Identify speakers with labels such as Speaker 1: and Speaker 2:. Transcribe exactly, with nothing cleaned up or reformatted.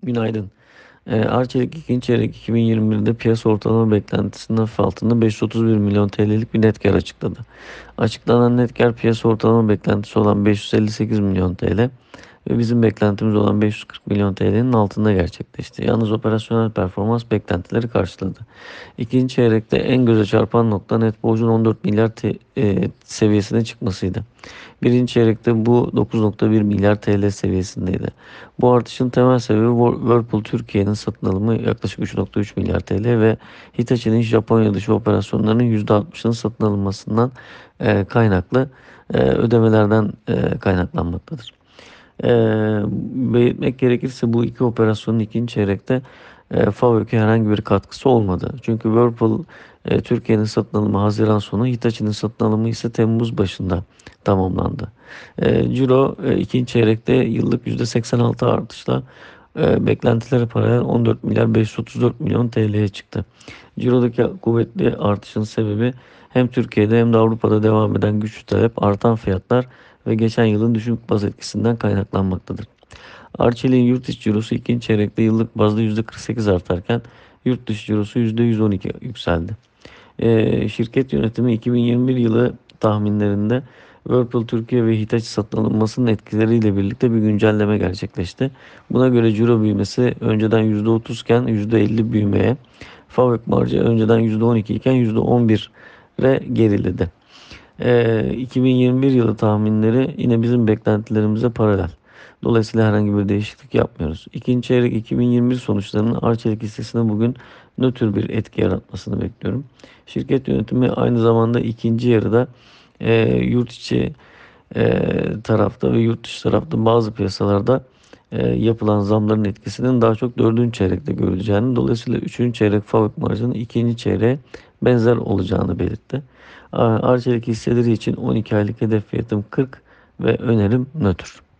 Speaker 1: Günaydın. Ee, Arçelik ikinci çeyrek iki bin yirmi birde piyasa ortalama beklentisinin hafif altında beş yüz otuz bir milyon T L'lik bir net kar açıkladı. Açıklanan net kar piyasa ortalama beklentisi olan beş yüz elli sekiz milyon T L ve bizim beklentimiz olan beş yüz kırk milyon T L'nin altında gerçekleşti. Yalnız operasyonel performans beklentileri karşıladı. İkinci çeyrekte en göze çarpan nokta net borcun on dört milyar te- e, seviyesine çıkmasıydı. Birinci çeyrekte bu dokuz nokta bir milyar T L seviyesindeydi. Bu artışın temel sebebi Whirlpool Türkiye'nin satın alımı yaklaşık üç nokta üç milyar T L ve Hitachi'nin Japonya dışı operasyonlarının yüzde altmışının satın alınmasından e, kaynaklı e, ödemelerden e, kaynaklanmaktadır. E, Belirtmek gerekirse bu iki operasyonun ikinci çeyrekte e, FAVÖK'e herhangi bir katkısı olmadı. Çünkü Whirlpool e, Türkiye'nin satın alımı Haziran sonu, Hitachi'nin satın alımı ise Temmuz başında tamamlandı. E, Ciro e, ikinci çeyrekte yıllık yüzde seksen altı artışla e, beklentilere paralel on dört milyar beş yüz otuz dört milyon T L'ye çıktı. Ciro'daki kuvvetli artışın sebebi hem Türkiye'de hem de Avrupa'da devam eden güçlü talep, artan fiyatlar ve geçen yılın düşük baz etkisinden kaynaklanmaktadır. Arçelik'in yurt içi cirosu ikinci çeyrekte yıllık bazda yüzde kırk sekiz artarken yurt dışı cirosu yüzde yüz on iki yükseldi. Ee, şirket yönetimi iki bin yirmi bir yılı tahminlerinde Whirlpool Türkiye ve Hitachi satın alınmasının etkileriyle birlikte bir güncelleme gerçekleşti. Buna göre ciro büyümesi önceden yüzde otuz iken yüzde elli büyümeye, fabrik marjı önceden yüzde on iki iken yüzde on bire geriledi. Ee, iki bin yirmi bir yılı tahminleri yine bizim beklentilerimize paralel. Dolayısıyla herhangi bir değişiklik yapmıyoruz. İkinci çeyrek iki bin yirmi bir sonuçlarının Arçelik hissesine bugün nötr bir etki yaratmasını bekliyorum. Şirket yönetimi aynı zamanda ikinci yarıda e, yurt içi e, tarafta ve yurt dışı tarafta bazı piyasalarda e, yapılan zamların etkisinin daha çok dördüncü çeyrekte görüleceğini, dolayısıyla üçüncü çeyrek fabrik marjının ikinci çeyreğe benzer olacağını belirtti. Arçelik hisseleri için on iki aylık hedef fiyatım kırk ve önerim nötr.